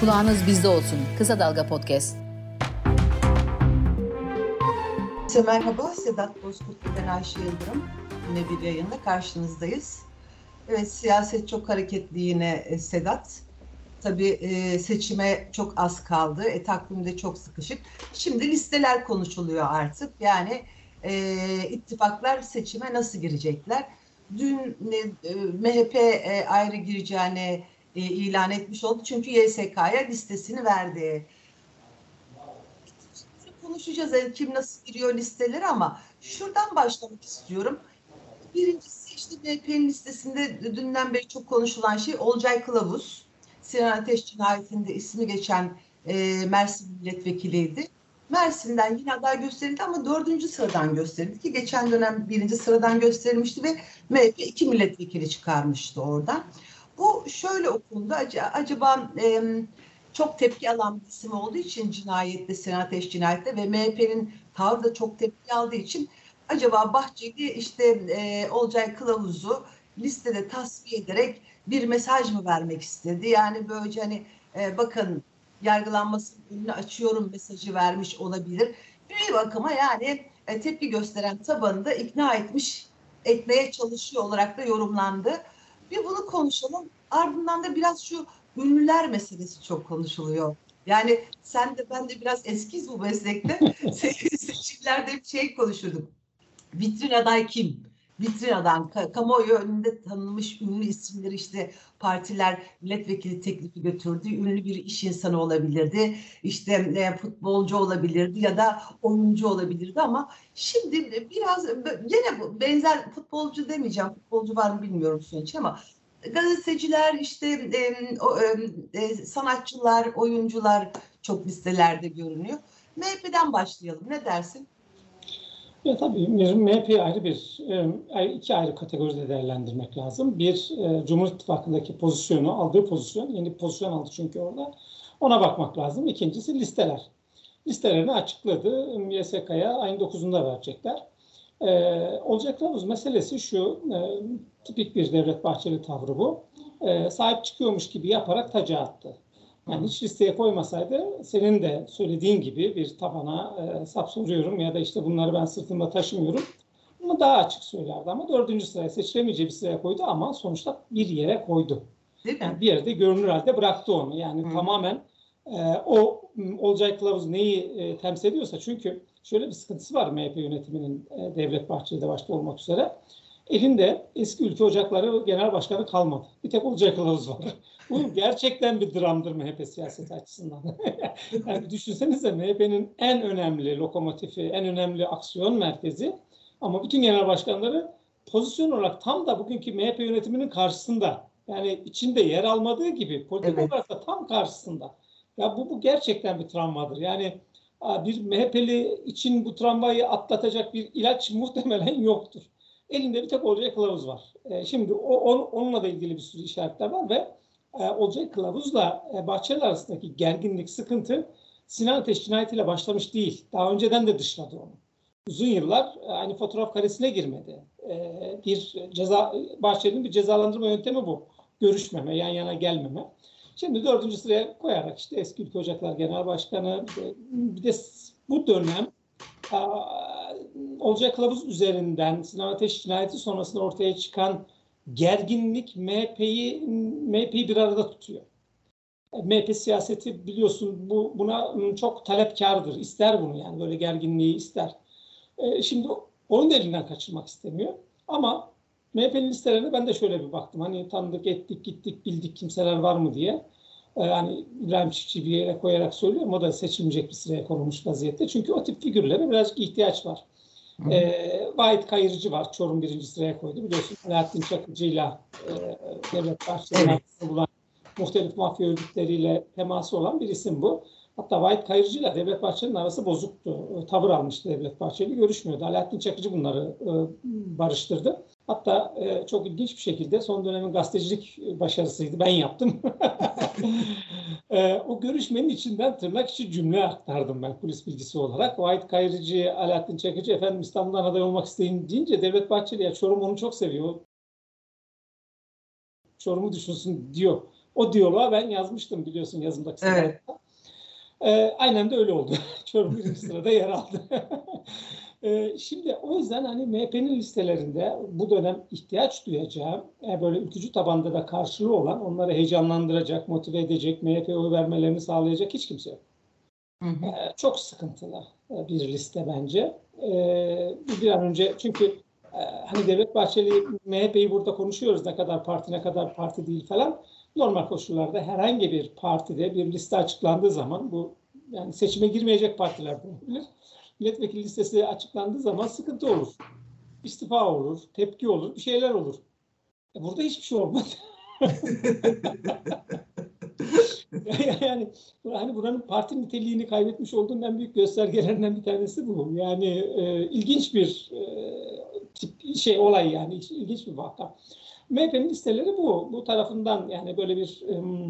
Kulağınız bizde olsun. Kısa Dalga Podcast. Merhaba, Sedat Bozkurt ben Ayşe Yıldırım. Yine bir yayında karşınızdayız. Evet, siyaset çok hareketli yine Sedat. Tabii seçime çok az kaldı. Takvimde çok sıkışık. Şimdi listeler konuşuluyor artık. Yani ittifaklar seçime nasıl girecekler? Dün MHP ayrı gireceğini ilan etmiş oldu. Çünkü YSK'ya listesini verdi. Konuşacağız yani kim nasıl giriyor listeleri ama şuradan başlamak istiyorum. Birincisi işte MHP'nin listesinde dünden beri çok konuşulan şey Olcay Kılavuz. Sinan Ateş cinayetinde ismi geçen Mersin milletvekiliydi. Mersin'den yine aday gösterildi ama 4. sıradan gösterildi ki geçen dönem 1. sıradan gösterilmişti ve MHP 2 milletvekili çıkarmıştı oradan. Bu şöyle okundu, acaba çok tepki alan bir isim olduğu için cinayette, Sinan Ateş cinayette ve MHP'nin tavrı da çok tepki aldığı için acaba Bahçeli işte Olcay Kılavuz'u listede tasfiye ederek bir mesaj mı vermek istedi? Yani böylece hani bakın yargılanmasının önünü açıyorum mesajı vermiş olabilir. Bir bakıma yani tepki gösteren tabanını da ikna etmeye çalışıyor olarak da yorumlandı. Bir bunu konuşalım. Ardından da biraz şu ünlüler meselesi çok konuşuluyor. Yani sen de ben de biraz eskiyiz bu meslekte. Seçimlerde bir şey konuşurduk. Vitrin aday kim? Vitrin aday, kamuoyu önünde tanınmış ünlü isimleri işte partiler milletvekili teklifi götürdü. Ünlü bir iş insanı olabilirdi. İşte futbolcu olabilirdi ya da oyuncu olabilirdi ama şimdi biraz gene benzer futbolcu demeyeceğim. Futbolcu var mı bilmiyorum şu an için ama gazeteciler işte sanatçılar, oyuncular çok listelerde görünüyor. MHP'den başlayalım. Ne dersin? Ya tabii MHP'yi iki ayrı kategoride değerlendirmek lazım. Bir, Cumhur İttifakı'ndaki pozisyonu, aldığı pozisyon, yeni bir pozisyon aldı çünkü orada. Ona bakmak lazım. İkincisi listeler. Listelerini açıkladı. YSK'ya ayın 9'unda verecekler. Olcay Kılavuz meselesi şu, tipik bir Devlet Bahçeli tavrı bu. Sahip çıkıyormuş gibi yaparak taca attı. Yani hiç listeye koymasaydı senin de söylediğin gibi bir tabana sap soruyorum ya da işte bunları ben sırtımda taşımıyorum. Bunu daha açık söylerdi ama 4. sıraya seçilemeyeceği bir sıraya koydu ama sonuçta bir yere koydu. Yani bir yerde görünür halde bıraktı onu. Yani tamamen o Olcay Kılavuz neyi temsil ediyorsa, çünkü şöyle bir sıkıntısı var MHP yönetiminin Devlet Bahçeli'de başta olmak üzere. Elinde eski Ülke Ocakları Genel Başkanı kalmadı. Bir tek Olcay Kılavuz var. Bu gerçekten bir dramdır MHP siyaseti açısından. Yani düşünsenize, MHP'nin en önemli lokomotifi, en önemli aksiyon merkezi ama bütün genel başkanları pozisyon olarak tam da bugünkü MHP yönetiminin karşısında. Yani içinde yer almadığı gibi politik olarak da tam karşısında. Ya bu gerçekten bir travmadır. Yani bir MHP'li için bu travmayı atlatacak bir ilaç muhtemelen yoktur. Elinde bir tek Olcay Kılavuz var. Şimdi onunla da ilgili bir sürü işaretler var ve Olcay Kılavuz'la Bahçeli arasındaki gerginlik, sıkıntı Sinan Ateş cinayetiyle başlamış değil. Daha önceden de dışladı onu. Uzun yıllar aynı fotoğraf karesine girmedi. Bahçeli'nin bir cezalandırma yöntemi bu. Görüşmeme, yan yana gelmeme. Şimdi 4. sıraya koyarak işte eski Ülke Ocakları Genel Başkanı, bir de bu dönem Olcay Kılavuz üzerinden Sinan Ateş cinayeti sonrasında ortaya çıkan gerginlik MHP'yi bir arada tutuyor. MHP siyaseti biliyorsun buna çok talepkardır. İster bunu, yani böyle gerginliği ister. Şimdi onun da elinden kaçırmak istemiyor. Ama MHP'nin listelerine ben de şöyle bir baktım. Hani tanıdık, ettik, gittik, bildik kimseler var mı diye. Hani İbrahim Çiftçi'yi bir yere koyarak söylüyorum. O da seçilmeyecek bir sıraya konulmuş vaziyette. Çünkü o tip figürlere birazcık ihtiyaç var. Vahit Kayırcı var. Çorum 1. sıraya koydu. Biliyorsun Alaaddin Çakıcı'yla Devlet Bahçeli'nin bulan muhtelif mafya örgütleriyle teması olan bir isim bu. Hatta Vahit Kayırcı'yla Devlet Bahçeli'nin arası bozuktu. Tavır almıştı Devlet Bahçeli. Görüşmüyordu. Alaaddin Çakıcı bunları barıştırdı. Hatta çok ilginç bir şekilde son dönemin gazetecilik başarısıydı. Ben yaptım. O görüşmenin içinden tırnak içi cümle aktardım ben kulis bilgisi olarak. Vahit Kayırcı, Alaaddin Çakıcı efendim İstanbul'dan aday olmak isteyin deyince Devlet Bahçeli ya Çorum onu çok seviyor. Çorum'u düşünsün diyor. O diyaloğa ben yazmıştım biliyorsun yazımdaki sırada. Evet. Aynen de öyle oldu. Çorum birinci sırada yer aldı. Şimdi o yüzden hani MHP'nin listelerinde bu dönem ihtiyaç duyacağı böyle ülkücü tabanda da karşılığı olan, onları heyecanlandıracak, motive edecek, MHP'ye oy vermelerini sağlayacak hiç kimse yok. Hı hı. Çok sıkıntılı bir liste bence. Bir an önce çünkü hani Devlet Bahçeli MHP'yi burada konuşuyoruz ne kadar parti değil falan. Normal koşullarda herhangi bir partide bir liste açıklandığı zaman bu yani seçime girmeyecek partiler de olabilir. Milletvekili listesi açıklandığı zaman sıkıntı olur. İstifa olur, tepki olur, bir şeyler olur. Burada hiçbir şey olmadı. Yani hani buranın parti niteliğini kaybetmiş olduğunun en büyük göstergelerinden bir tanesi bu. Yani ilginç bir olay yani ilginç bir vaka. MHP'nin listeleri bu. Bu tarafından yani böyle bir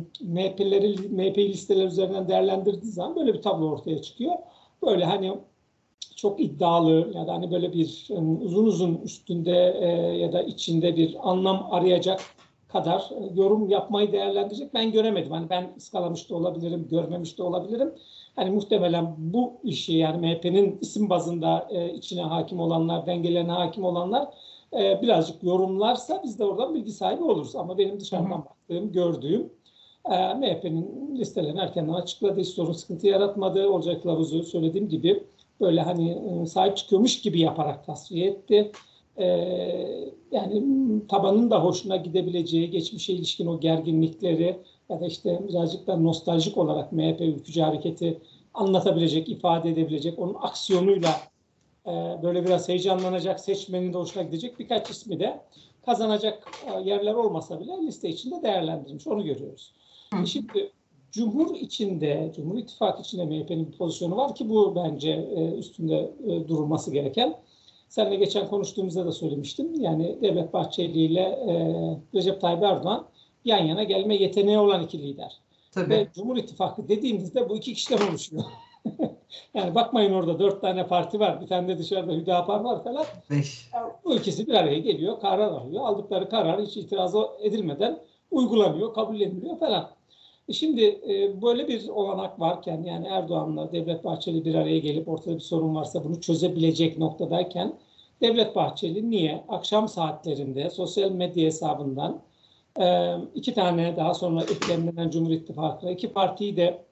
MHP listeler üzerinden değerlendirdiği zaman böyle bir tablo ortaya çıkıyor. Böyle hani çok iddialı ya da hani böyle bir uzun uzun üstünde ya da içinde bir anlam arayacak kadar yorum yapmayı değerlendirecek ben göremedim. Hani ben ıskalamış da olabilirim, görmemiş de olabilirim. Hani muhtemelen bu işi yani MHP'nin isim bazında içine hakim olanlar, dengelerine hakim olanlar birazcık yorumlarsa biz de oradan bilgi sahibi oluruz. Ama benim dışarıdan baktığım, gördüğüm MHP'nin listelerini erkenden açıkladı. Hiç sorun sıkıntı yaratmadı. Olcay Kılavuz'u söylediğim gibi böyle hani sahip çıkıyormuş gibi yaparak tasfiye etti. Yani tabanın da hoşuna gidebileceği, geçmişe ilişkin o gerginlikleri ya da işte birazcık da nostaljik olarak MHP ülkücü hareketi anlatabilecek, ifade edebilecek, onun aksiyonuyla böyle biraz heyecanlanacak, seçmenin de hoşuna gidecek birkaç ismi de kazanacak yerler olmasa bile liste içinde değerlendirilmiş. Onu görüyoruz. Şimdi Cumhur İttifakı içinde MHP'nin bir pozisyonu var ki bu bence üstünde durulması gereken. Seninle geçen konuştuğumuzda da söylemiştim. Yani Devlet Bahçeli ile Recep Tayyip Erdoğan yan yana gelme yeteneği olan iki lider. Tabii. Ve Cumhur İttifakı dediğimizde bu iki kişiden oluşuyor. Yani bakmayın orada 4 tane parti var. Bir tane de dışarıda Hüdapar var falan. 5. Yani bu ikisi bir araya geliyor, karar alıyor. Aldıkları karar hiç itiraz edilmeden uygulanıyor, kabulleniliyor falan. Şimdi böyle bir olanak varken yani Erdoğan'la Devlet Bahçeli bir araya gelip ortada bir sorun varsa bunu çözebilecek noktadayken Devlet Bahçeli niye akşam saatlerinde sosyal medya hesabından iki tane daha sonra eklenen Cumhur İttifakı'na iki partiyi de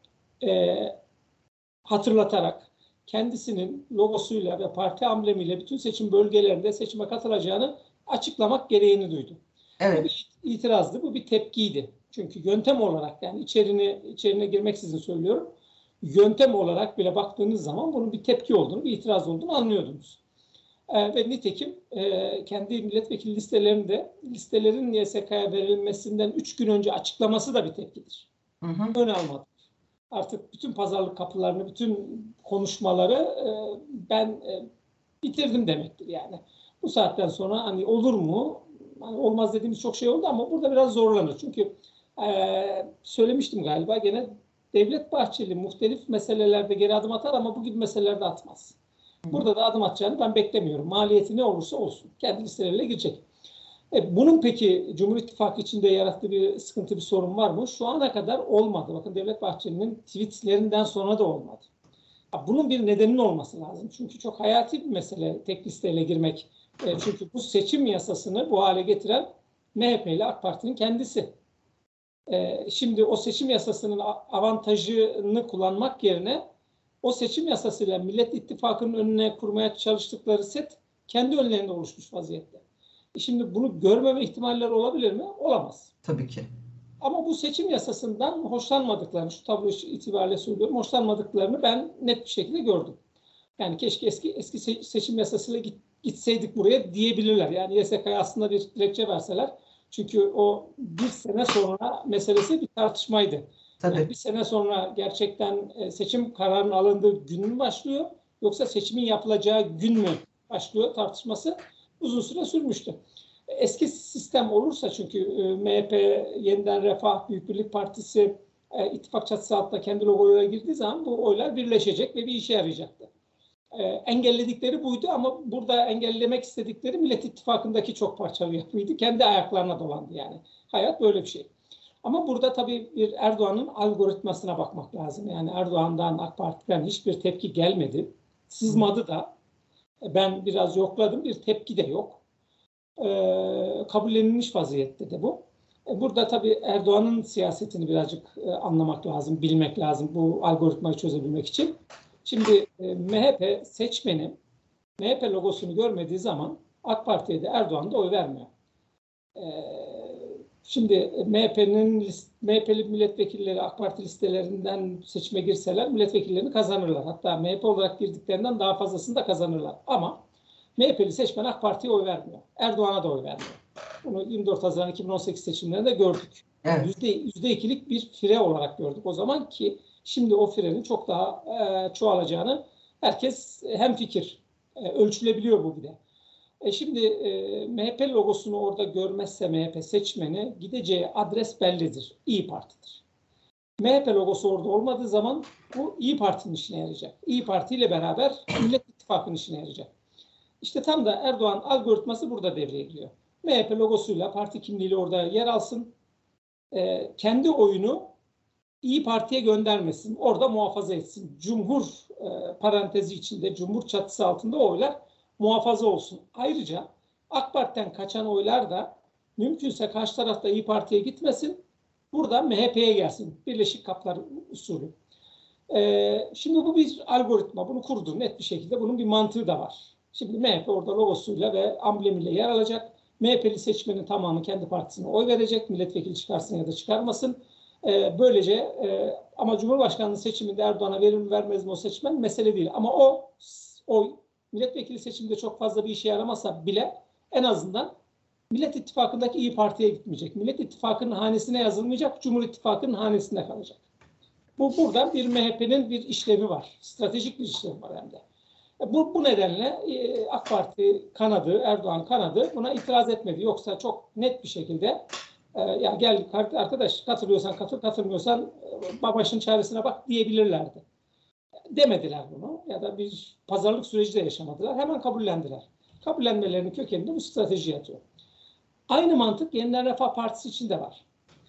hatırlatarak kendisinin logosuyla ve parti amblemiyle bütün seçim bölgelerinde seçime katılacağını açıklamak gereğini duydu. Evet. Bu bir itirazdı, bu bir tepkiydi. Çünkü yöntem olarak yani içerine girmeksizin söylüyorum. Yöntem olarak bile baktığınız zaman bunun bir tepki olduğunu, bir itiraz olduğunu anlıyordunuz. Ve nitekim kendi milletvekili listelerin YSK'ya verilmesinden 3 gün önce açıklaması da bir tepkidir. Ön almadı. Artık bütün pazarlık kapılarını, bütün konuşmaları ben bitirdim demektir yani. Bu saatten sonra hani olur mu? Hani olmaz dediğimiz çok şey oldu ama burada biraz zorlanır. Çünkü söylemiştim galiba gene Devlet Bahçeli muhtelif meselelerde geri adım atar ama bu gibi meselelerde atmaz. Burada da adım atacağını ben beklemiyorum. Maliyeti ne olursa olsun. Kendi listeleriyle girecek. Bunun peki Cumhur İttifakı içinde yarattığı bir sıkıntı, bir sorun var mı? Şu ana kadar olmadı. Bakın Devlet Bahçeli'nin tweetlerinden sonra da olmadı. Bunun bir nedeninin olması lazım. Çünkü çok hayati bir mesele tek listeyle girmek. Çünkü bu seçim yasasını bu hale getiren MHP ile AK Parti'nin kendisi. Şimdi o seçim yasasının avantajını kullanmak yerine o seçim yasasıyla Millet İttifakı'nın önüne kurmaya çalıştıkları set kendi önlerinde oluşmuş vaziyette. Şimdi bunu görmeme ihtimalleri olabilir mi? Olamaz. Tabii ki. Ama bu seçim yasasından hoşlanmadıklarını, şu tablo itibariyle söylüyorum, hoşlanmadıklarını ben net bir şekilde gördüm. Yani keşke eski seçim yasasıyla gitseydik buraya diyebilirler. Yani YSK'ya aslında bir dilekçe verseler. Çünkü o bir sene sonra meselesi bir tartışmaydı. Tabii. Yani bir sene sonra gerçekten seçim kararının alındığı gün mü başlıyor? Yoksa seçimin yapılacağı gün mü başlıyor tartışması uzun süre sürmüştü. Eski sistem olursa çünkü MHP, Yeniden Refah, Büyük Birlik Partisi ittifak çatısı altında kendi logolarına girdiği zaman bu oylar birleşecek ve bir işe yarayacaktı. Engelledikleri buydu ama burada engellemek istedikleri Millet İttifakı'ndaki çok parçalı yapıydı. Kendi ayaklarına dolandı yani. Hayat böyle bir şey. Ama burada tabii bir Erdoğan'ın algoritmasına bakmak lazım. Yani Erdoğan'dan, AK Parti'den hiçbir tepki gelmedi. Sızmadı da. Ben biraz yokladım. Bir tepki de yok. Kabullenilmiş vaziyette de bu. Burada tabii Erdoğan'ın siyasetini birazcık anlamak lazım, bilmek lazım bu algoritmayı çözebilmek için. Şimdi MHP seçmeni MHP logosunu görmediği zaman AK Parti'ye de Erdoğan da oy vermiyor. Şimdi MHP'li milletvekilleri AK Parti listelerinden seçime girseler milletvekillerini kazanırlar. Hatta MHP olarak girdiklerinden daha fazlasını da kazanırlar. Ama MHP'li seçmen AK Parti'ye oy vermiyor. Erdoğan'a da oy vermiyor. Bunu 24 Haziran 2018 seçimlerinde gördük. Evet. %2'lik bir fire olarak gördük o zaman ki şimdi o firenin çok daha çoğalacağını herkes hemfikir. Ölçülebiliyor bu bir de. Şimdi MHP logosunu orada görmezse MHP seçmeni gideceği adres bellidir. İYİ Parti'dir. MHP logosu orada olmadığı zaman bu İYİ Parti'nin işine yarayacak. İYİ Parti ile beraber Millet İttifakı'nın işine yarayacak. İşte tam da Erdoğan algoritması burada devreye giriyor. MHP logosuyla, parti kimliğiyle orada yer alsın. Kendi oyunu İYİ Parti'ye göndermesin. Orada muhafaza etsin. Cumhur parantezi içinde, Cumhur çatısı altında oylar muhafaza olsun. Ayrıca AK Parti'den kaçan oylar da mümkünse karşı tarafta İYİ Parti'ye gitmesin. Burada MHP'ye gelsin. Birleşik Kaplar usulü. Şimdi bu bir algoritma. Bunu kurdu net bir şekilde. Bunun bir mantığı da var. Şimdi MHP orada logosuyla ve amblemiyle yer alacak. MHP'li seçmenin tamamı kendi partisine oy verecek. Milletvekili çıkarsın ya da çıkarmasın. Böylece ama Cumhurbaşkanlığı seçiminde Erdoğan'a verir mi vermez mi o seçmen mesele değil. Ama o oy milletvekili seçiminde çok fazla bir işe yaramasa bile en azından Millet İttifakı'ndaki İYİ Parti'ye gitmeyecek. Millet İttifakı'nın hanesine yazılmayacak, Cumhur İttifakı'nın hanesinde kalacak. Burada bir MHP'nin bir işlevi var. Stratejik bir işlevi var hem de. Bu nedenle AK Parti kanadı, Erdoğan kanadı buna itiraz etmedi. Yoksa çok net bir şekilde ya gel arkadaş katılıyorsan katıl, katılmıyorsan başın çaresine bak diyebilirlerdi. Demediler bunu ya da bir pazarlık süreci de yaşamadılar. Hemen kabullendiler. Kabullenmelerinin kökeninde bu strateji yatıyor. Aynı mantık Yeniden Refah Partisi için de var.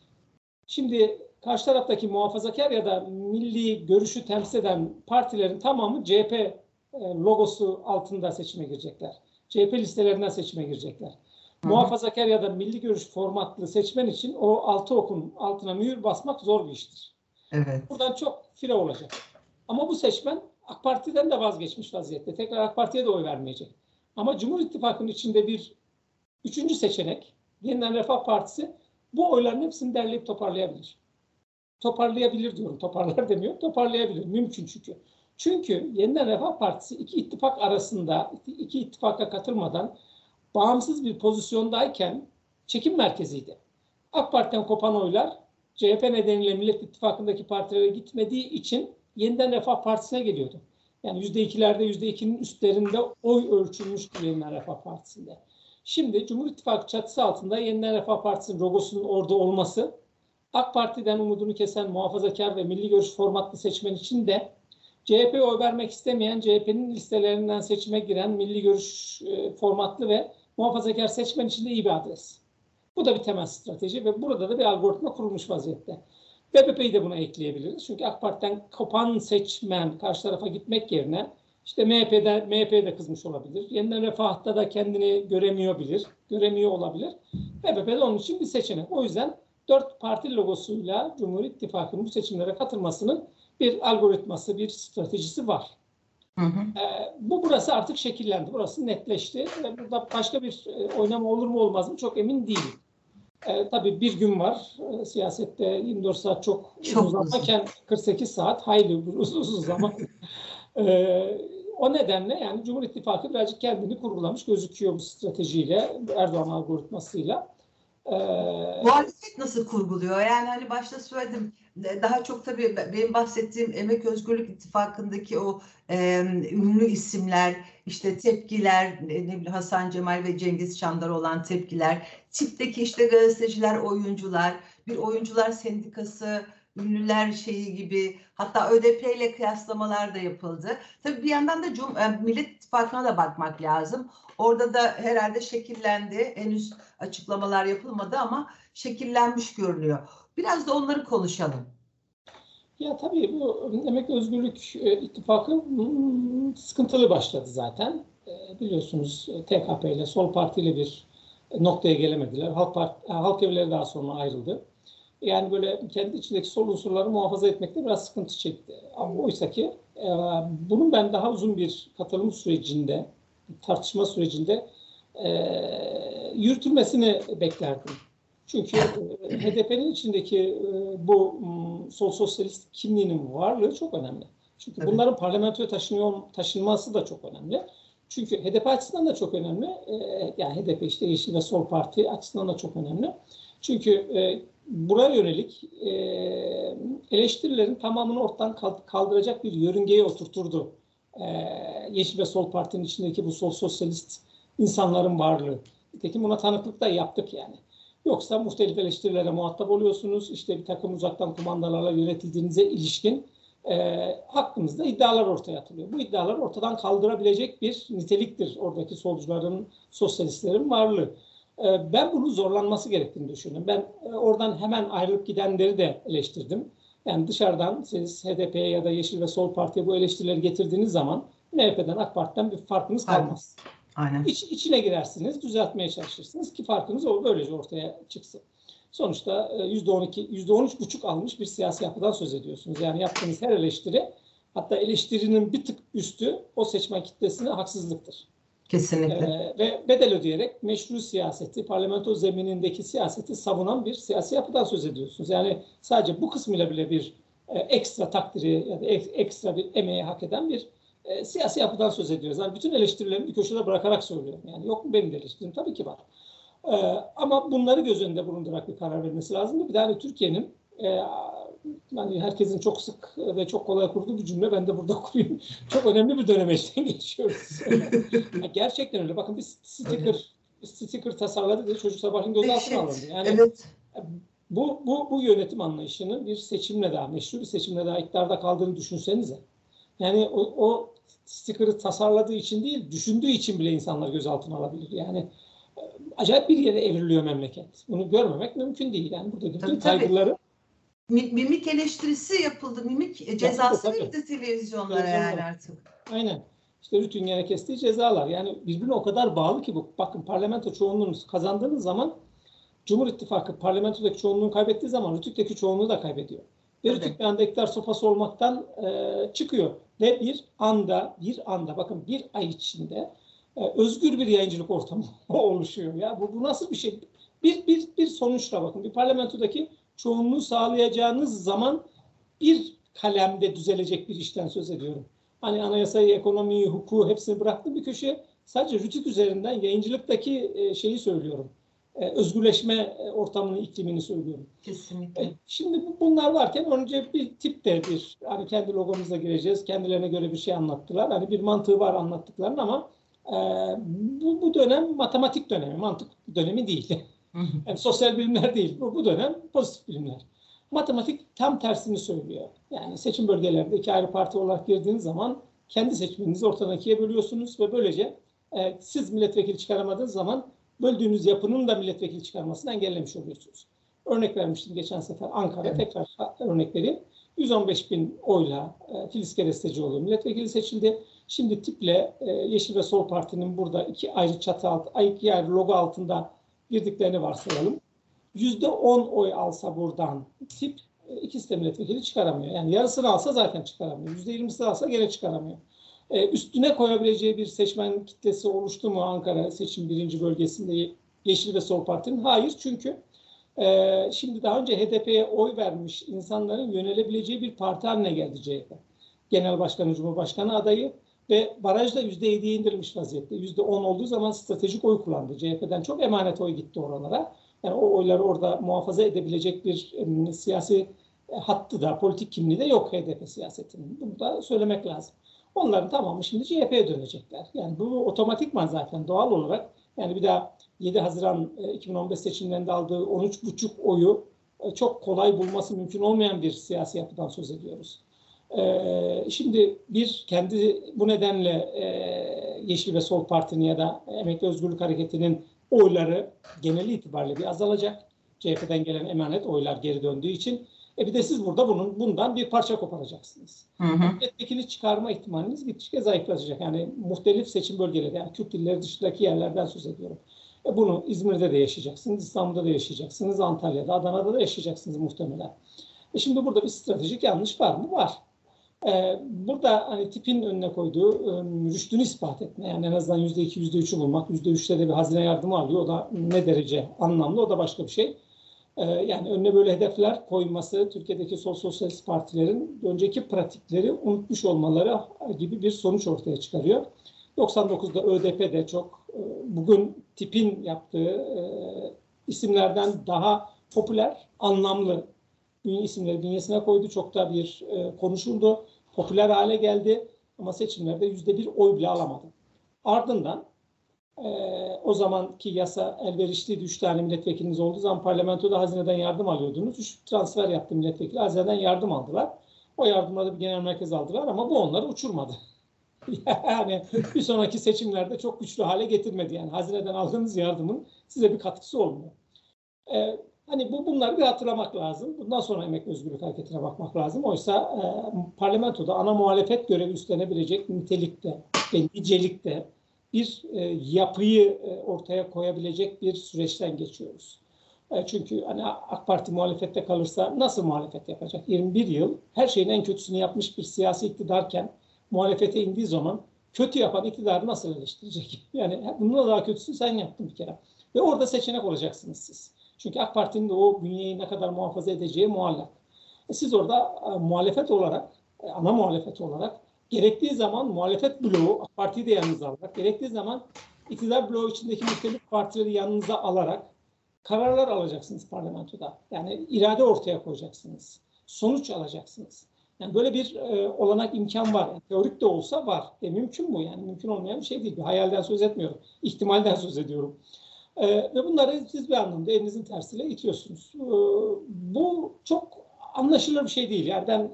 Şimdi karşı taraftaki muhafazakar ya da milli görüşü temsil eden partilerin tamamı CHP logosu altında seçime girecekler. CHP listelerinden seçime girecekler. Muhafazakar ya da milli görüş formatlı seçmen için o altı okun altına mühür basmak zor bir iştir. Evet. Buradan çok fire olacak. Ama bu seçmen AK Parti'den de vazgeçmiş vaziyette. Tekrar AK Parti'ye de oy vermeyecek. Ama Cumhur İttifakı'nın içinde bir üçüncü seçenek, Yeniden Refah Partisi bu oyların hepsini derleyip toparlayabilir. Toparlayabilir diyorum, toparlar demiyorum, toparlayabilir. Mümkün çünkü. Çünkü Yeniden Refah Partisi iki ittifak arasında, iki ittifaka katılmadan bağımsız bir pozisyondayken çekim merkeziydi. AK Parti'den kopan oylar CHP nedeniyle Millet İttifakı'ndaki partilere gitmediği için Yeniden Refah Partisi'ne geliyordu. Yani %2'lerde %2'nin üstlerinde oy ölçülmüştü Yeniden Refah Partisi'nde. Şimdi Cumhur İttifakı çatısı altında Yeniden Refah Partisi'nin logosunun orada olması AK Parti'den umudunu kesen muhafazakar ve milli görüş formatlı seçmen için de CHP'ye oy vermek istemeyen CHP'nin listelerinden seçime giren milli görüş formatlı ve muhafazakar seçmen için de iyi bir adres. Bu da bir temel strateji ve burada da bir algoritma kurulmuş vaziyette. BBP'yi de buna ekleyebiliriz. Çünkü AK Parti'den kopan seçmen karşı tarafa gitmek yerine işte MHP'ye de kızmış olabilir. Yeniden Refah'ta da kendini göremiyor olabilir. BBP de onun için bir seçenek. O yüzden 4 parti logosuyla Cumhur İttifakı'nın bu seçimlere katılmasının bir algoritması, bir stratejisi var. Burası artık şekillendi. Burası netleşti. Burada başka bir oynama olur mu olmaz mı çok emin değilim. Tabii bir gün var. Siyasette 24 saat çok uzun zamanken 48 saat hayli uzun zaman. O nedenle yani Cumhur İttifakı birazcık kendini kurgulamış gözüküyor bu stratejiyle, Erdoğan algoritmasıyla. Muhalefet nasıl kurguluyor? Yani hani başta söyledim. Daha çok tabii benim bahsettiğim Emek Özgürlük İttifakı'ndaki o ünlü isimler, işte tepkiler, ne bileyim Hasan Cemal ve Cengiz Çandar'a olan tepkiler, tipteki işte gazeteciler, oyuncular, bir oyuncular sendikası, ünlüler şeyi gibi, hatta ÖDP ile kıyaslamalar da yapıldı. Tabii bir yandan da Millet İttifakı'na da bakmak lazım. Orada da herhalde şekillendi. Henüz açıklamalar yapılmadı ama şekillenmiş görünüyor. Biraz da onları konuşalım. Ya tabii bu Emek Özgürlük İttifakı sıkıntılı başladı zaten. Biliyorsunuz TKP ile Sol Parti ile bir noktaya gelemediler. Halk Evleri daha sonra ayrıldı. Yani böyle kendi içindeki sol unsurları muhafaza etmekte biraz sıkıntı çekti. Ama oysa ki bunun ben daha uzun bir katılım sürecinde, tartışma sürecinde yürütülmesini beklerdim. Çünkü HDP'nin içindeki bu sol sosyalist kimliğinin varlığı çok önemli. Çünkü bunların parlamentoya taşınması da çok önemli. Çünkü HDP açısından da çok önemli. Yani HDP işte Yeşil ve Sol Parti açısından da çok önemli. Çünkü buraya yönelik eleştirilerin tamamını ortadan kaldıracak bir yörüngeye oturturdu. Yeşil ve Sol Parti'nin içindeki bu sol sosyalist insanların varlığı. Nitekim buna tanıklık da yaptık yani. Yoksa muhtelif eleştirilere muhatap oluyorsunuz. İşte bir takım uzaktan kumandalarla yönetildiğinize ilişkin hakkınızda iddialar ortaya atılıyor. Bu iddialar ortadan kaldırabilecek bir niteliktir oradaki solcuların, sosyalistlerin varlığı. Ben bunu zorlanması gerektiğini düşünüyorum. Ben oradan hemen ayrılıp gidenleri de eleştirdim. Yani dışarıdan siz HDP'ye ya da Yeşil ve Sol Parti'ye bu eleştirileri getirdiğiniz zaman MHP'den, AK Parti'den bir farkınız kalmaz. Aynen. İçine girersiniz, düzeltmeye çalışırsınız ki farkınız böylece ortaya çıksın. Sonuçta %12, %13,5 almış bir siyasi yapıdan söz ediyorsunuz. Yani yaptığınız her eleştiri, hatta eleştirinin bir tık üstü o seçmen kitlesine haksızlıktır. Kesinlikle. Ve bedel ödeyerek meşru siyaseti, parlamento zeminindeki siyaseti savunan bir siyasi yapıdan söz ediyorsunuz. Yani sadece bu kısmıyla bile bir ekstra takdiri ya da ekstra bir emeği hak eden bir siyasi yapıdan söz ediyoruz. Yani bütün eleştirilerimi bir köşede bırakarak söylüyorum. Yani yok mu benim de eleştirim? Tabii ki var. Ama bunları göz önünde bulundurarak bir karar vermesi lazım. Bir de hani Türkiye'nin yani herkesin çok sık ve çok kolay kurduğu bir cümle, ben de burada kurayım. Çok önemli bir dönemeçten geçiyoruz. Gerçekten öyle. Bakın bir sticker tasarladı diye çocuk sabahın gözaltına alındı. Yani evet. Bu yönetim anlayışının bir seçimle daha, meşru bir seçimle daha iktidarda kaldığını düşünsenize. Yani o sticker'ı tasarladığı için değil, düşündüğü için bile insanlar gözaltına alabilir. Yani acayip bir yere evriliyor memleket. Bunu görmemek mümkün değil. Yani buradaki bütün kaygıları... Mimik eleştirisi yapıldı. Mimik cezası verildi televizyonlara yani artık. Aynen. İşte Rütün gene kestiği cezalar. Yani birbirine o kadar bağlı ki bu. Bakın parlamento çoğunluğunu kazandığınız zaman Cumhur İttifakı parlamentodaki çoğunluğunu kaybettiği zaman Rütük'teki çoğunluğu da kaybediyor. Ve Rütük bir anda iktidar sopası olmaktan çıkıyor. Ve bir anda bakın bir ay içinde özgür bir yayıncılık ortamı oluşuyor. Ya bu nasıl bir şey? Bir sonuçla bakın. Bir parlamentodaki çoğunluğu sağlayacağınız zaman bir kalemde düzelecek bir işten söz ediyorum. Hani anayasayı, ekonomiyi, hukuku hepsini bıraktım bir köşeye. Sadece Rütük üzerinden yayıncılıktaki şeyi söylüyorum. Özgürleşme ortamını, iklimini söylüyorum. Kesinlikle. Şimdi bunlar varken önce bir tipte hani kendi logomuzla gireceğiz. Kendilerine göre bir şey anlattılar. Hani bir mantığı var anlattıklarının ama bu dönem matematik dönemi, mantık dönemi değil. Yani sosyal bilimler değil. Bu dönem pozitif bilimler. Matematik tam tersini söylüyor. Yani seçim bölgelerinde iki ayrı parti olarak girdiğiniz zaman kendi seçmeninizi ortadan ikiye bölüyorsunuz ve böylece siz milletvekili çıkaramadığınız zaman böldüğünüz yapının da milletvekili çıkarmasını engellemiş oluyorsunuz. Örnek vermiştim geçen sefer Ankara, tekrar örnek vereyim. 115 bin oyla Filiz Kerestecioğlu milletvekili seçildi. Şimdi tiple Yeşil ve Sol Parti'nin burada iki ayrı çatı altı, iki ayrı logo altında girdiklerini varsayalım. %10 oy alsa buradan tip ikisi de milletvekili çıkaramıyor. Yani yarısını alsa zaten çıkaramıyor. %20'sini alsa gene çıkaramıyor. Üstüne koyabileceği bir seçmen kitlesi oluştu mu Ankara seçim 1. bölgesinde Yeşil ve Sol Parti'nin? Hayır, çünkü şimdi daha önce HDP'ye oy vermiş insanların yönelebileceği bir parti haline geldi CHP. Genel Başkanı, Cumhurbaşkanı adayı ve barajda %7'ye indirilmiş vaziyette. %10 olduğu zaman stratejik oy kullandı. CHP'den çok emanet oy gitti oralara. Yani o oyları orada muhafaza edebilecek bir siyasi hattı da, politik kimliği de yok HDP siyasetinin. Bunu da söylemek lazım. Onların tamamı şimdi CHP'ye dönecekler. Yani bu otomatikman zaten doğal olarak, yani bir daha 7 Haziran 2015 seçimlerinde aldığı 13,5 oyu çok kolay bulması mümkün olmayan bir siyasi yapıdan söz ediyoruz. Şimdi kendi bu nedenle Yeşil ve Sol Parti'nin ya da Emekli Özgürlük Hareketi'nin oyları geneli itibariyle bir azalacak. CHP'den gelen emanet oylar geri döndüğü için. Bir de siz burada bundan bir parça koparacaksınız. Milletvekili çıkarma ihtimaliniz gittikçe zayıflatacak. Yani muhtelif seçim bölgeleri, yani Kürt illeri dışındaki yerlerden söz ediyorum. Bunu İzmir'de de yaşayacaksınız, İstanbul'da da yaşayacaksınız, Antalya'da, Adana'da da yaşayacaksınız muhtemelen. Şimdi burada bir stratejik yanlış var mı? Var. Burada hani tipin önüne koyduğu rüştünü ispat etme. Yani en azından %2, %3'ü bulmak. %3'te de bir hazine yardımı alıyor. O da ne derece anlamlı, o da başka bir şey. Yani önüne böyle hedefler koyması Türkiye'deki sol sosyalist partilerin önceki pratikleri unutmuş olmaları gibi bir sonuç ortaya çıkarıyor. 99'da ÖDP de çok bugün tipin yaptığı isimlerden daha popüler, anlamlı isimleri bünyesine koydu. Çok da bir konuşuldu. Popüler hale geldi ama seçimlerde %1 oy bile alamadı. Ardından o zamanki yasa elverişliydi. 3 tane milletvekiliniz olduğu zaman parlamentoda hazineden yardım alıyordunuz. 3 transfer yaptı milletvekili. Hazineden yardım aldılar. O yardımları bir genel merkez aldılar ama bu onları uçurmadı. Yani bir sonraki seçimlerde çok güçlü hale getirmedi. Yani hazineden aldığınız yardımın size bir katkısı olmuyor. Hani bunları bir hatırlamak lazım. Bundan sonra Emek ve Özgürlük Hareketi'ne bakmak lazım. Oysa parlamentoda ana muhalefet görevi üstlenebilecek nitelikte ve nicelikte bir yapıyı ortaya koyabilecek bir süreçten geçiyoruz. Çünkü hani AK Parti muhalefette kalırsa nasıl muhalefet yapacak? 21 yıl her şeyin en kötüsünü yapmış bir siyasi iktidarken muhalefete indiği zaman kötü yapan iktidarı nasıl eleştirecek? Yani bununla daha kötüsünü sen yaptın bir kere. Ve orada seçenek olacaksınız siz. Çünkü AK Parti'nin de o bünyeyi ne kadar muhafaza edeceği muallak. Siz orada muhalefet olarak, ana muhalefet olarak gerektiği zaman muhalefet bloğu, AK Parti'yi de yanınıza alarak, gerektiği zaman iktidar bloğu içindeki muhtelif partileri yanınıza alarak kararlar alacaksınız parlamentoda. Yani irade ortaya koyacaksınız. Sonuç alacaksınız. Yani böyle bir olanak, imkan var. Yani teorik de olsa var. Mümkün bu yani. Mümkün olmayan bir şey değil. Bir hayalden söz etmiyorum. İhtimalden söz ediyorum. Ve bunları siz bir anlamda elinizin tersiyle itiyorsunuz. Bu çok anlaşılır bir şey değil. Yani ben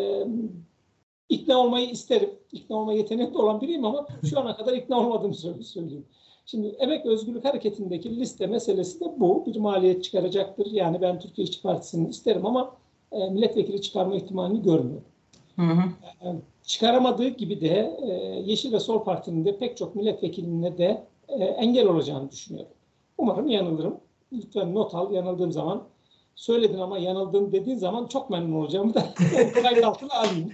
ikna olmayı isterim. İkna olma yeteneği de olan biriyim ama şu ana kadar ikna olmadığımı söyleyeyim. Şimdi Emek ve Özgürlük Hareketi'ndeki liste meselesi de bu. Bir maliyet çıkaracaktır. Yani ben Türkiye İşçi Partisi'ni isterim ama milletvekili çıkarma ihtimalini görmüyorum. Çıkaramadığı gibi de Yeşil ve Sol Parti'nin de pek çok milletvekiline de engel olacağını düşünüyorum. Umarım yanılırım. Lütfen not al. Yanıldığım zaman söyledin ama yanıldın dediğin zaman çok memnun olacağımı da kayıt altına alayım.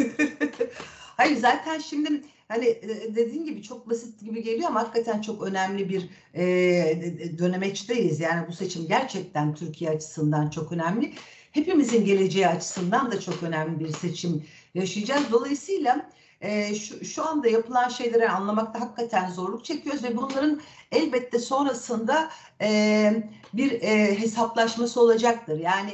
Hayır zaten şimdi hani dediğin gibi çok basit gibi geliyor ama hakikaten çok önemli bir dönemeçteyiz. Yani bu seçim gerçekten Türkiye açısından çok önemli. Hepimizin geleceği açısından da çok önemli bir seçim yaşayacağız. Dolayısıyla şu anda yapılan şeyleri anlamakta hakikaten zorluk çekiyoruz ve bunların elbette sonrasında bir hesaplaşması olacaktır. Yani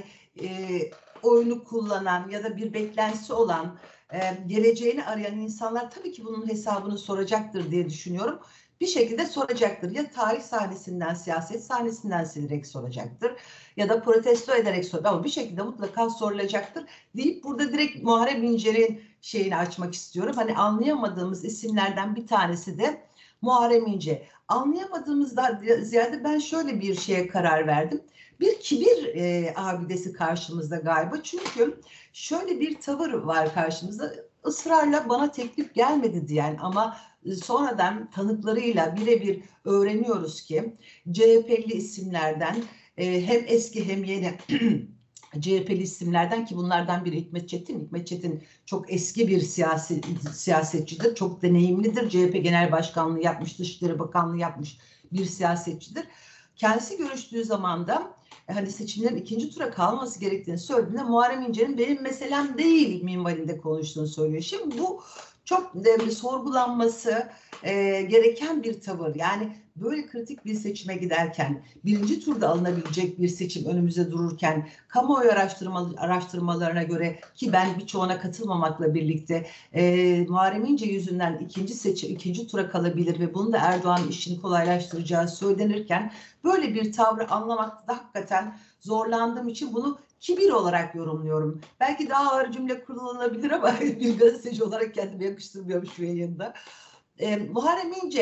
oyunu kullanan ya da bir beklentisi olan, geleceğini arayan insanlar tabii ki bunun hesabını soracaktır diye düşünüyorum. Bir şekilde soracaktır. Ya tarih sahnesinden, siyaset sahnesinden silerek soracaktır ya da protesto ederek soracaktır. Ama bir şekilde mutlaka sorulacaktır deyip burada direkt Muharrem İnce'nin şeyini açmak istiyorum. Hani anlayamadığımız isimlerden bir tanesi de Muharrem İnce. Anlayamadığımızdan ziyade ben şöyle bir şeye karar verdim. Bir kibir abidesi karşımızda galiba. Çünkü şöyle bir tavır var karşımızda. Israrla bana teklif gelmedi diyen ama sonradan tanıklarıyla birebir öğreniyoruz ki CHP'li isimlerden hem eski hem yeni CHP'li isimlerden ki bunlardan biri Hikmet Çetin. Hikmet Çetin çok eski bir siyasetçidir. Çok deneyimlidir. CHP Genel Başkanlığı yapmış, Dışişleri Bakanlığı yapmış bir siyasetçidir. Kendisi görüştüğü zaman da hani seçimlerin ikinci tura kalması gerektiğini söylediğinde Muharrem İnce'nin benim meselem değil minvalinde konuştuğunu söylüyor. Şimdi bu çok sorgulanması gereken bir tavır. Yani böyle kritik bir seçime giderken, birinci turda alınabilecek bir seçim önümüzde dururken, kamuoyu araştırmalarına göre ki ben birçoğuna katılmamakla birlikte Muharrem İnce yüzünden ikinci tura kalabilir ve bunu da Erdoğan'ın işini kolaylaştıracağı söylenirken böyle bir tavrı anlamakta da hakikaten zorlandığım için bunu kibir olarak yorumluyorum. Belki daha ağır cümle kullanılabilir ama bir gazeteci olarak kendime yakıştırmıyorum şu yayında. Muharrem İnce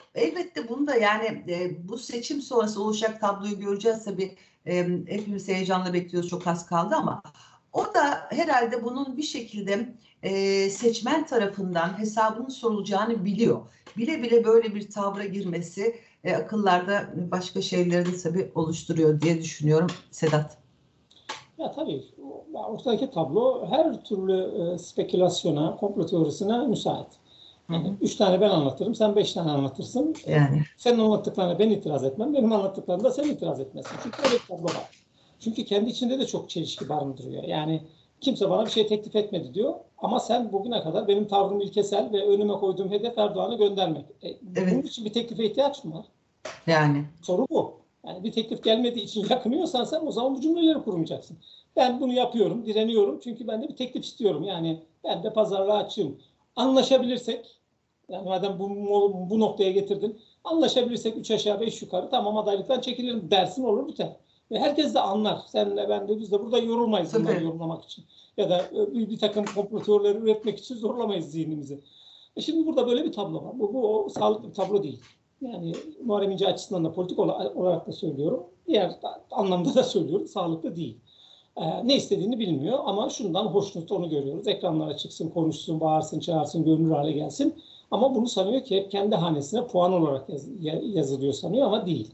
Elbette bunu da yani bu seçim sonrası oluşacak tabloyu göreceğiz tabii. Hepimiz heyecanla bekliyoruz, çok az kaldı ama o da herhalde bunun bir şekilde seçmen tarafından hesabının sorulacağını biliyor. Bile bile böyle bir tavra girmesi akıllarda başka şeyleri de tabii oluşturuyor diye düşünüyorum Sedat. Ya tabii ortadaki tablo her türlü spekülasyona, komplo teorisine müsait. Yani 3 tane ben anlatırım, sen 5 tane anlatırsın. Yani. Senin anlattıklarına ben itiraz etmem, benim anlattıklarımda da sen itiraz etmezsin. Çünkü öyle bir tablo var. Çünkü kendi içinde de çok çelişki barındırıyor. Yani kimse bana bir şey teklif etmedi diyor. Ama sen bugüne kadar benim tavrım ilkesel ve önüme koyduğum hedef Erdoğan'ı göndermek. Evet. Bunun için bir teklife ihtiyaç mı var? Yani. Soru bu. Yani bir teklif gelmediği için yakınıyorsan sen o zaman bu cümleleri kurmayacaksın. Ben bunu yapıyorum, direniyorum çünkü ben de bir teklif istiyorum. Yani ben de pazarlığa açığım. Anlaşabilirsek, yani madem bu noktaya getirdin, anlaşabilirsek 3 aşağı 5 yukarı tamam adaylıktan çekilirim dersin olur biter. Ve herkes de anlar. Senle ben de biz de burada yorulmayız bunları yorumlamak için. Ya da bir takım komplo teorileri üretmek için zorlamayız zihnimizi. Şimdi burada böyle bir tablo var. Bu sağlıklı bir tablo değil. Yani Muharrem İnce açısından da politik olarak da söylüyorum. Diğer anlamda da söylüyorum. Sağlıklı değil. Ne istediğini bilmiyor ama şundan hoşnut onu görüyoruz. Ekranlara çıksın, konuşsun, bağırsın, çağırsın, görünür hale gelsin. Ama bunu sanıyor ki hep kendi hanesine puan olarak yazılıyor sanıyor ama değil.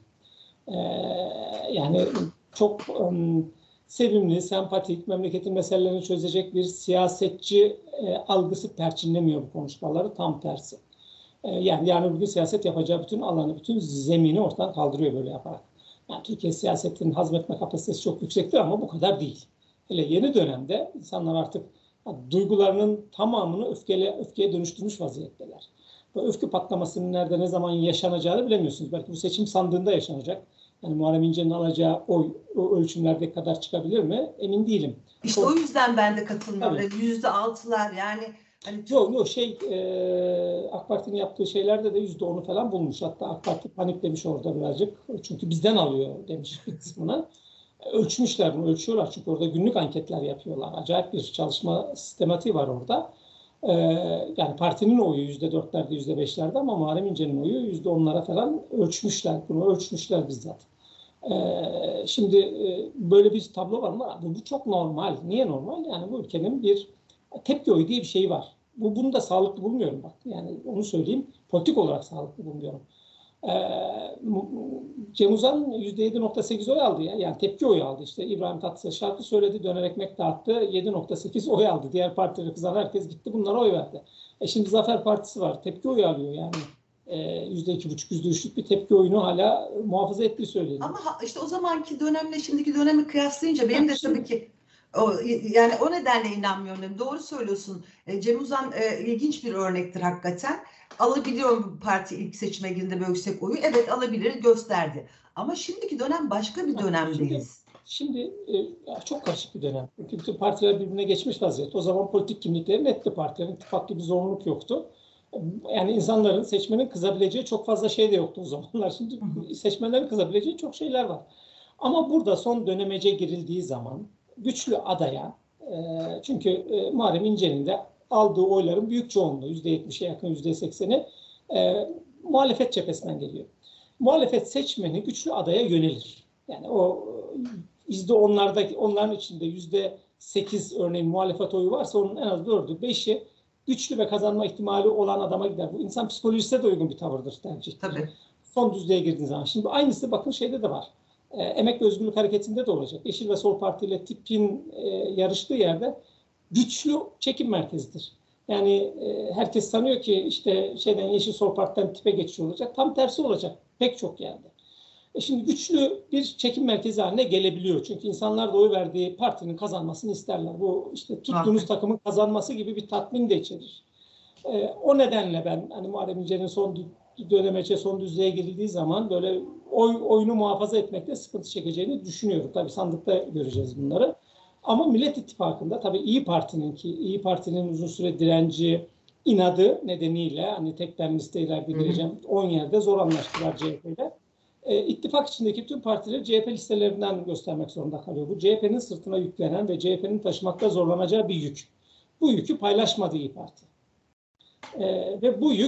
Yani çok sevimli, sempatik, memleketin meselelerini çözecek bir siyasetçi algısı perçinlemiyor bu konuşmaları. Tam tersi. Yani bugün siyaset yapacağı bütün alanı, bütün zemini ortadan kaldırıyor böyle yaparak. Yani Türkiye siyasetinin hazmetme kapasitesi çok yüksektir ama bu kadar değil. Hele yeni dönemde insanlar artık duygularının tamamını öfkeye dönüştürmüş vaziyetteler. Bu öfke patlamasının nerede, ne zaman yaşanacağını bilemiyorsunuz. Belki bu seçim sandığında yaşanacak. Yani Muharrem İnce'nin alacağı oy o ölçümlerde kadar çıkabilir mi? Emin değilim. İşte o yüzden ben de katılmıyorum. %6'lar yani. Hani Yok AK Parti'nin yaptığı şeylerde de %10'u falan bulmuş. Hatta AK Parti paniklemiş orada birazcık. Çünkü bizden alıyor demiş bir kısmına. Ölçmüşler bunu, ölçüyorlar. Çünkü orada günlük anketler yapıyorlar. Acayip bir çalışma sistematiği var orada. Yani partinin oyu %4'lerde, %5'lerde ama Muharrem İnce'nin oyu %10'lara falan ölçmüşler. Bunu ölçmüşler bizzat. Şimdi böyle bir tablo var mı? Bu çok normal. Niye normal? Yani bu ülkenin bir tepki oyu diye bir şey var. Bunu da sağlıklı bulmuyorum bak. Yani onu söyleyeyim. Politik olarak sağlıklı bulmuyorum. Cem Uzan %7.8 oy aldı ya. Yani tepki oyu aldı. İşte İbrahim Tatlıses şarkı söyledi, döner ekmek dağıttı. 7.8 oy aldı. Diğer partileri kızan herkes gitti bunlara oy verdi. Şimdi Zafer Partisi var. Tepki oyu alıyor yani. %2,5, %3'lük bir tepki oyunu hala muhafaza ettiği söyleniyor. Ama işte o zamanki dönemle şimdiki dönemi kıyaslayınca benim de tabii ki yani o nedenle inanmıyorum. Doğru söylüyorsun. Cem Uzan ilginç bir örnektir hakikaten. Alabiliyorum parti ilk seçime girdiğinde böyle yüksek oyu. Evet alabilir gösterdi. Ama şimdiki dönem başka bir dönemdeyiz. Şimdi çok karışık bir dönem. Çünkü bütün partiler birbirine geçmiş vaziyette. O zaman politik kimlikleri netti partilerin. İttifak gibi zorunluluk yoktu. Yani insanların, seçmenin kızabileceği çok fazla şey de yoktu o zamanlar. Şimdi seçmenlerin kızabileceği çok şeyler var. Ama burada son dönemece girildiği zaman güçlü adaya, çünkü Muharrem İnce'nin de aldığı oyların büyük çoğunluğu, %70'e yakın, %80'i muhalefet cephesinden geliyor. Muhalefet seçmeni güçlü adaya yönelir. Yani o onların içinde %8 örneğin muhalefet oyu varsa onun en az 4'ü, 5'i güçlü ve kazanma ihtimali olan adama gider. Bu insan psikolojisine de uygun bir tavırdır tercih. Tabii. Son düzlüğe girdiğiniz zaman. Şimdi aynısı bakın şeyde de var. Emek ve Özgürlük Hareketi'nde de olacak. Yeşil ve Sol Parti ile tipin yarıştığı yerde güçlü çekim merkezidir. Yani herkes sanıyor ki işte Yeşil Sol Parti'den tipe geçiş olacak. Tam tersi olacak pek çok yerde. Şimdi güçlü bir çekim merkezi haline gelebiliyor. Çünkü insanlar da oy verdiği partinin kazanmasını isterler. Bu işte tuttuğunuz takımın kazanması gibi bir tatmin de içerir. O nedenle ben hani Muharrem İnce'nin son dönemece, son düzlüğe girildiği zaman böyle oyunu muhafaza etmekte sıkıntı çekeceğini düşünüyorum. Tabii sandıkta göreceğiz bunları. Ama Millet İttifakı'nda tabii İyi Parti'nin uzun süre direnci, inadı nedeniyle hani tek ben liste ileride gireceğim 10 yerde zor anlaştılar CHP'yle. İttifak içindeki tüm partileri CHP listelerinden göstermek zorunda kalıyor. Bu CHP'nin sırtına yüklenen ve CHP'nin taşımakta zorlanacağı bir yük. Bu yükü paylaşmadı İyi Parti. Ve bu yük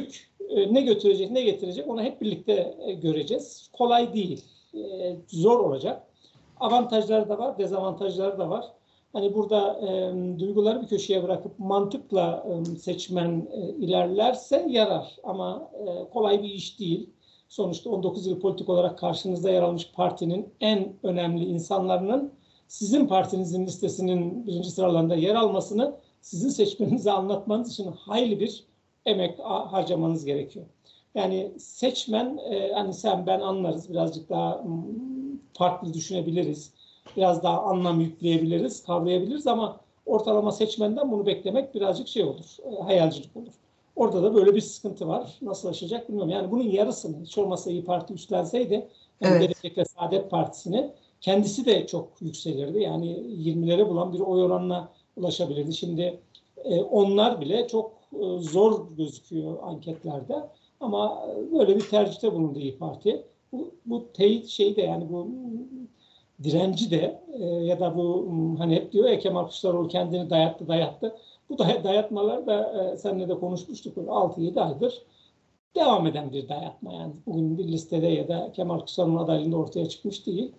ne götürecek, ne getirecek onu hep birlikte göreceğiz. Kolay değil, zor olacak. Avantajları da var, dezavantajları da var. Hani burada duyguları bir köşeye bırakıp mantıkla seçmen ilerlerse yarar. Ama kolay bir iş değil. Sonuçta 19 yıl politik olarak karşınızda yer almış partinin en önemli insanlarının sizin partinizin listesinin birinci sıralarında yer almasını sizin seçmeninize anlatmanız için hayli bir emek harcamanız gerekiyor. Yani seçmen, hani sen ben anlarız, birazcık daha farklı düşünebiliriz, biraz daha anlam yükleyebiliriz, kavrayabiliriz ama ortalama seçmenden bunu beklemek birazcık şey olur, hayalcilik olur. Orada da böyle bir sıkıntı var. Nasıl aşacak bilmiyorum. Yani bunun yarısını hiç olmazsa İYİ Parti üstlenseydi, yani Gelecek ve Saadet Partisi'ni kendisi de çok yükselirdi. Yani 20'lere bulan bir oy oranına ulaşabilirdi. Şimdi onlar bile çok zor gözüküyor anketlerde. Ama böyle bir tercihte bulundu İYİ Parti. Bu teyit şey de yani bu direnci de ya da bu hani hep diyor ya Kemal Kılıçdaroğlu kendini dayattı. Bu dayatmalar da seninle de konuşmuştuk. 6-7 aydır devam eden bir dayatma. Yani bugün bir listede ya da Kemal Kılıçdaroğlu'nun adaylığında ortaya çıkmış değil.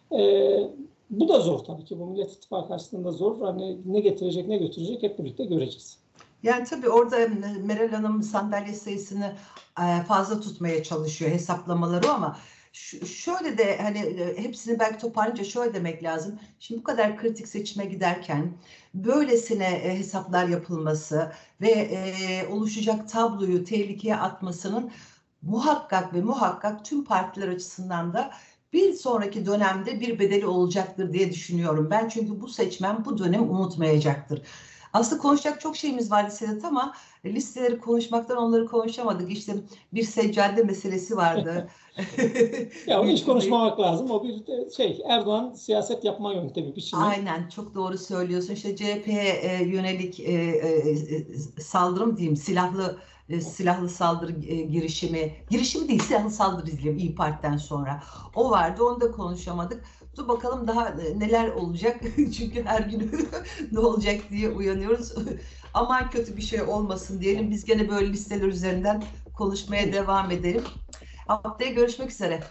Bu da zor tabii ki. Bu Millet İttifakı aslında zor. Hani ne getirecek ne götürecek hep birlikte göreceğiz. Yani tabii orada Meral Hanım sandalye sayısını fazla tutmaya çalışıyor hesaplamaları ama şöyle de hani hepsini belki toparlayınca şöyle demek lazım. Şimdi bu kadar kritik seçime giderken böylesine hesaplar yapılması ve oluşacak tabloyu tehlikeye atmasının muhakkak tüm partiler açısından da bir sonraki dönemde bir bedeli olacaktır diye düşünüyorum. Ben çünkü bu seçmen bu dönem unutmayacaktır. Aslında konuşacak çok şeyimiz vardı Sedat ama listeleri konuşmaktan onları konuşamadık. İşte bir seccade meselesi vardı. Ya hiç konuşmamak lazım. O bir Erdoğan siyaset yapma yöntemi biçimi. Aynen çok doğru söylüyorsun. İşte CHP'ye yönelik saldırım diyeyim, silahlı saldırı girişimi değil, silahlı saldırı izleyelim İYİ Parti'den sonra. O vardı, onu da konuşamadık. Dur bakalım daha neler olacak. Çünkü her gün ne olacak diye uyanıyoruz. Aman kötü bir şey olmasın diyelim. Biz gene böyle listeler üzerinden konuşmaya devam edelim. Haftaya görüşmek üzere.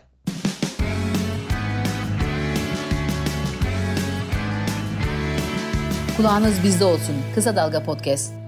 Kulağınız bizde olsun. Kısa Dalga Podcast.